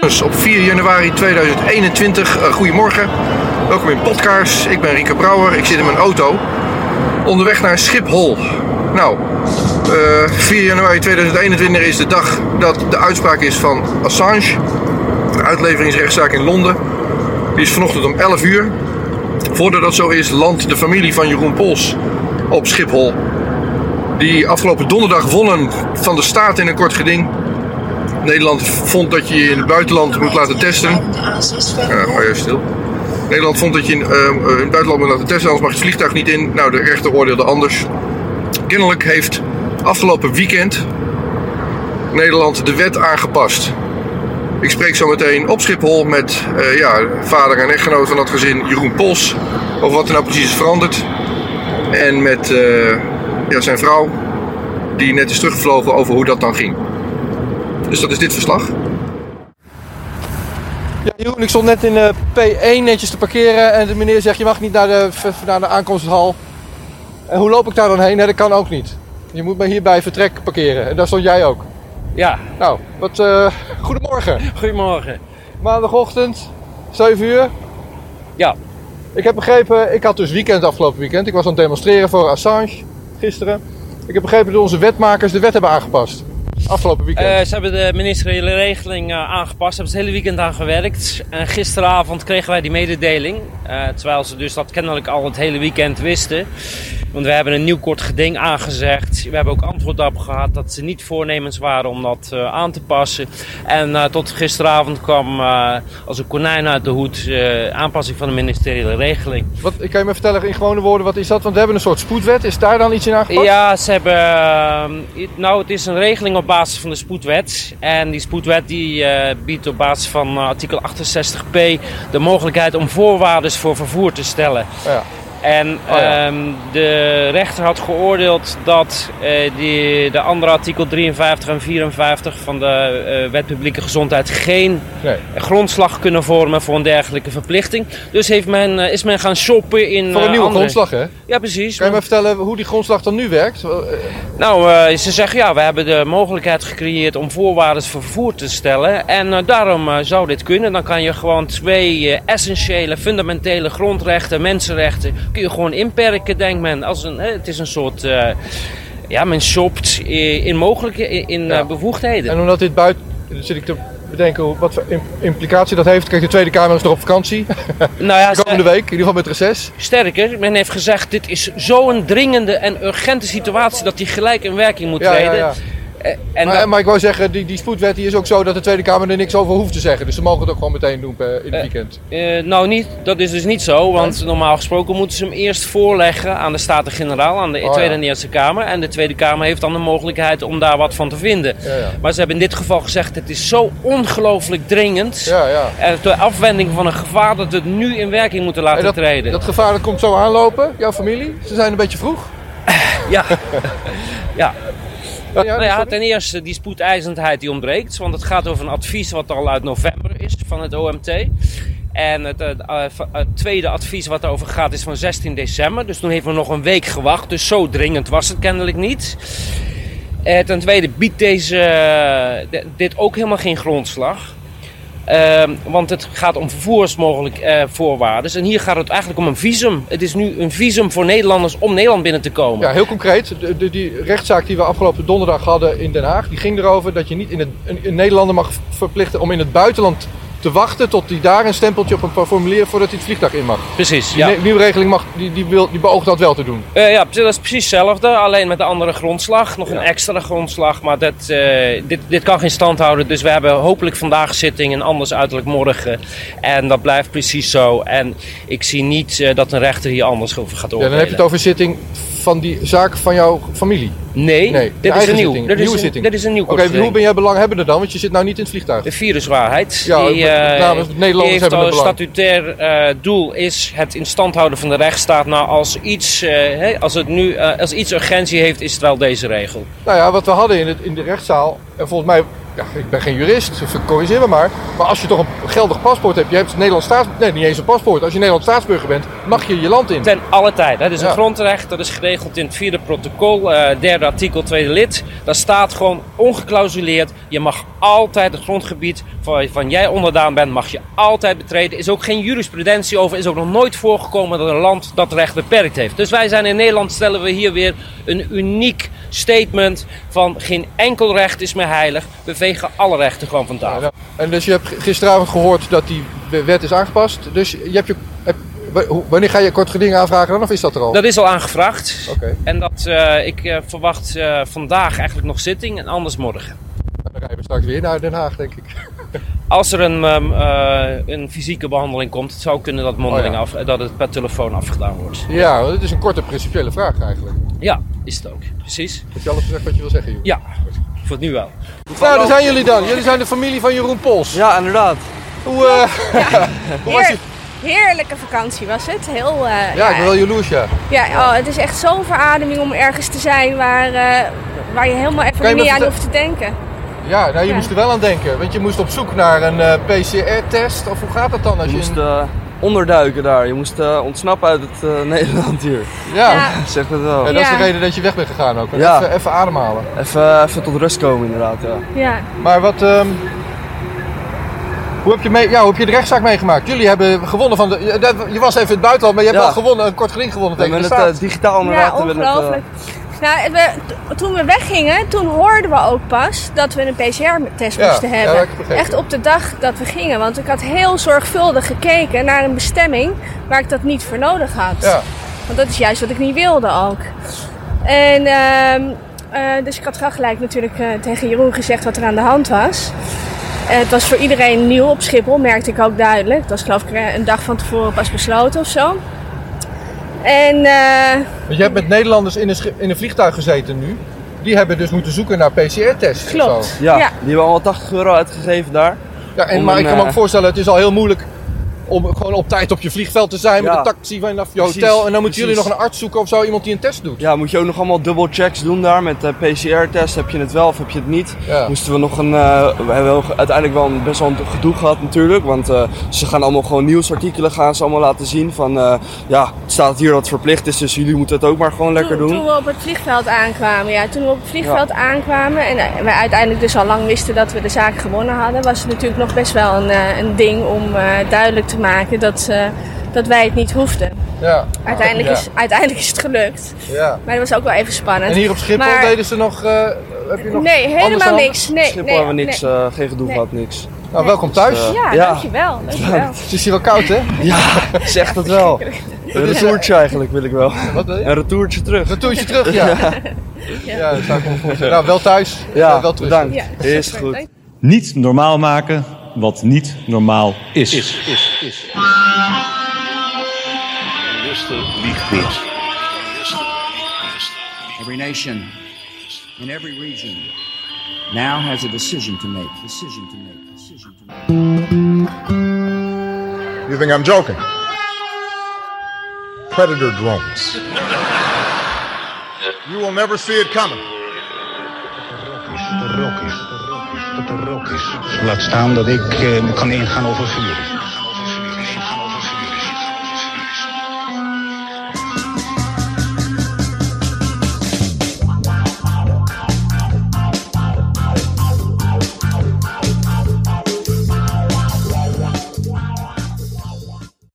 jongens op 4 januari 2021. Goedemorgen, welkom in Podkaars. Ik ben Rieke Brouwer, ik zit in mijn auto. Onderweg naar Schiphol. Nou, 4 januari 2021 is de dag dat de uitspraak is van Assange. De uitleveringsrechtszaak in Londen. Die is vanochtend om 11 uur. Voordat dat zo is, landt de familie van Jeroen Pols op Schiphol. Die afgelopen donderdag wonnen van de staat in een kort geding. Nederland vond dat je in het buitenland moet laten testen. Hou je stil. Nederland vond dat je in het buitenland moet laten testen, anders mag je het vliegtuig niet in. Nou, de rechter oordeelde anders. Kennelijk heeft afgelopen weekend Nederland de wet aangepast. Ik spreek zo meteen op Schiphol met vader en echtgenoot van dat gezin, Jeroen Pols, over wat er nou precies is veranderd. En met zijn vrouw, die net is teruggevlogen, over hoe dat dan ging. Dus dat is dit verslag. Ja, Jeroen, ik stond net in P1 netjes te parkeren en de meneer zegt je mag niet naar de aankomsthal. En hoe loop ik daar dan heen? Nee, dat kan ook niet. Je moet me hier bij vertrek parkeren en daar stond jij ook. Ja. Nou, goedemorgen. Goedemorgen. Maandagochtend, 7 uur. Ja. Ik heb begrepen, ik had dus afgelopen weekend. Ik was aan het demonstreren voor Assange gisteren. Ik heb begrepen dat onze wetmakers de wet hebben aangepast. Afgelopen weekend. Ze hebben de ministeriële regeling aangepast. Ze hebben het hele weekend aan gewerkt. En gisteravond kregen wij die mededeling. Terwijl ze dus dat kennelijk al het hele weekend wisten. Want we hebben een nieuw kort geding aangezegd. We hebben ook antwoord op gehad dat ze niet voornemens waren om dat aan te passen. En tot gisteravond kwam als een konijn uit de hoed aanpassing van de ministeriële regeling. Ik kan je me vertellen in gewone woorden, wat is dat? Want we hebben een soort spoedwet. Is daar dan iets in aangepast? Ja, ze hebben... het is een regeling op basis van de spoedwet. En die spoedwet die biedt op basis van artikel 68p de mogelijkheid om voorwaarden voor vervoer te stellen. Ja. En de rechter had geoordeeld dat de andere artikel 53 en 54 van de wet publieke gezondheid geen grondslag kunnen vormen voor een dergelijke verplichting. Dus is men gaan shoppen in voor een nieuwe grondslag, hè? Ja, precies. Kan je me vertellen hoe die grondslag dan nu werkt? Nou, ze zeggen we hebben de mogelijkheid gecreëerd om voorwaarden voor vervoer te stellen. En daarom zou dit kunnen. Dan kan je gewoon 2 essentiële, fundamentele grondrechten, mensenrechten, kun je gewoon inperken, denkt men. Het is een soort... men shopt in mogelijke bevoegdheden. En omdat dit zit ik te bedenken wat voor implicatie dat heeft. Kijk, de Tweede Kamer is nog op vakantie. De komende week, in ieder geval met reces. Sterker, men heeft gezegd, dit is zo'n dringende en urgente situatie dat die gelijk in werking moet treden. Ja. Maar ik wou zeggen, die spoedwet die is ook zo dat de Tweede Kamer er niks over hoeft te zeggen. Dus ze mogen het ook gewoon meteen doen in het weekend. Dat is dus niet zo. Want normaal gesproken moeten ze hem eerst voorleggen aan de Staten-Generaal, aan de Tweede en Eerste Kamer. En de Tweede Kamer heeft dan de mogelijkheid om daar wat van te vinden. Ja. Maar ze hebben in dit geval gezegd, het is zo ongelooflijk dringend. En de afwending van een gevaar dat we het nu in werking moeten laten treden. Dat gevaar dat komt zo aanlopen, jouw familie? Ze zijn een beetje vroeg? Ja. Ten eerste die spoedeisendheid die ontbreekt. Want het gaat over een advies wat al uit november is van het OMT. En het tweede advies wat erover gaat is van 16 december. Dus toen heeft men nog een week gewacht. Dus zo dringend was het kennelijk niet. Ten tweede biedt dit ook helemaal geen grondslag. Want het gaat om vervoersvoorwaarden. En hier gaat het eigenlijk om een visum. Het is nu een visum voor Nederlanders om Nederland binnen te komen. Ja, heel concreet. Die rechtszaak die we afgelopen donderdag hadden in Den Haag, die ging erover dat je niet een Nederlander mag verplichten om in het buitenland te wachten tot hij daar een stempeltje op een formulier voordat hij het vliegtuig in mag. Precies, Die nieuwe regeling die beoogt dat wel te doen. Dat is precies hetzelfde, alleen met een andere grondslag. Nog een extra grondslag, maar dit kan geen stand houden. Dus we hebben hopelijk vandaag zitting en anders uiterlijk morgen. En dat blijft precies zo. En ik zie niet dat een rechter hier anders over gaat oordelen. Dan heb je het over zitting van die zaak van jouw familie? Nee, dit is een nieuwe zitting. Dit is een nieuw kort geding. Hoe ben jij belanghebbender dan? Want je zit nou niet in het vliegtuig. De viruswaarheid. Namens Nederlanders heeft hebben al het een belang. statutair doel is het in stand houden van de rechtsstaat. Nou, als iets urgentie heeft, is het wel deze regel. Nou ja, wat we hadden in de rechtszaal, en volgens mij ja, ik ben geen jurist, corrigeer me maar als je toch een geldig paspoort hebt, je hebt Nederlands nee, niet eens een paspoort. Als je Nederlands staatsburger bent, mag je je land in. Ten alle tijde. Dat is een grondrecht, dat is geregeld in het 4e protocol, 3e artikel, 2e lid. Daar staat gewoon ongeclausuleerd, je mag altijd het grondgebied van jij onderdaan bent, mag je altijd betreden. Is ook geen jurisprudentie over, is ook nog nooit voorgekomen dat een land dat recht beperkt heeft. Dus wij zijn in Nederland, stellen we hier weer een uniek statement van geen enkel recht is meer heilig. We vegen alle rechten gewoon van tafel. Ja, en dus je hebt gisteravond gehoord dat die wet is aangepast. Dus je hebt wanneer ga je kort geding aanvragen dan, of is dat er al? Dat is al aangevraagd. Okay. En ik verwacht vandaag eigenlijk nog zitting en anders morgen. Dan rijden we straks weer naar Den Haag, denk ik. Als er een fysieke behandeling komt, het zou kunnen dat dat het per telefoon afgedaan wordt. Ja, dat is een korte principiële vraag eigenlijk. Ja, is het ook. Precies. Heb je alles gezegd wat je wil zeggen, Joep? Ja, voor het nu wel. Nou, daar zijn jullie dan. Jullie zijn de familie van Jeroen Pols. Ja, inderdaad. Hoe was je? Heerlijke vakantie was het. Heel, ja, ik ben wel jaloers, ja. Ja, het is echt zo'n verademing om ergens te zijn waar je helemaal even niet aan hoeft te denken. Ja, nou je moest er wel aan denken. Want je moest op zoek naar een PCR-test. Of hoe gaat dat dan? Als je moest onderduiken daar. Je moest ontsnappen uit het Nederland hier. Ja, zeg dat wel. Ja, dat is de reden dat je weg bent gegaan ook. Ja. Even ademhalen. Even tot rust komen inderdaad, ja. Maar wat... Hoe heb je de rechtszaak meegemaakt? Jullie hebben gewonnen van je was even in het buitenland, maar je hebt wel gewonnen, een kort geding gewonnen tegen de staat. We hebben het digitaal inderdaad. Ja, ongelooflijk. Toen we weggingen, toen hoorden we ook pas dat we een PCR-test moesten hebben. Ja, echt op de dag dat we gingen. Want ik had heel zorgvuldig gekeken naar een bestemming waar ik dat niet voor nodig had. Ja. Want dat is juist wat ik niet wilde ook. En dus ik had wel gelijk natuurlijk tegen Jeroen gezegd wat er aan de hand was. Het was voor iedereen nieuw op Schiphol, merkte ik ook duidelijk. Het was geloof ik een dag van tevoren pas besloten of zo. En, Want je hebt met Nederlanders in een vliegtuig gezeten nu. Die hebben dus moeten zoeken naar PCR-tests. Klopt. Ja, die hebben allemaal €80 uitgegeven daar. Ja, maar ik kan me ook voorstellen, het is al heel moeilijk om gewoon op tijd op je vliegveld te zijn met een taxi vanaf je hotel. En dan moeten jullie nog een arts zoeken of zo, iemand die een test doet. Ja, moet je ook nog allemaal dubbel checks doen daar met PCR-test. Heb je het wel of heb je het niet? Ja. Moesten we nog we hebben uiteindelijk wel best wel een gedoe gehad natuurlijk. Want ze gaan allemaal gewoon nieuwsartikelen gaan ze allemaal laten zien van het staat hier dat het verplicht is, dus jullie moeten het ook maar gewoon lekker doen. Toen we op het vliegveld aankwamen, en wij uiteindelijk dus al lang wisten dat we de zaak gewonnen hadden, was het natuurlijk nog best wel een ding om duidelijk te maken dat wij het niet hoefden. Ja. Uiteindelijk is het gelukt. Ja. Maar dat was ook wel even spannend. En hier op Schiphol deden ze nog... heb je nog nee, helemaal niks. Nee, Schiphol hebben we niks, geen gedoe gehad, niks. Nou, welkom thuis. Dankjewel. Het is hier wel koud, hè? Ja, zeg dat wel. Een retourtje eigenlijk wil ik wel. Wat wil je? Een retourtje terug. Een retourtje terug, ja. Ja, dat zou ik me voorstellen. Nou, wel thuis. Ja, wel terug. bedankt. Ja, is goed. Niet normaal maken wat niet normaal is. Every nation in every region now has a decision to make. You think I'm joking? Predator drones. You will never see it coming. Laat staan dat ik kan ingaan over vuur.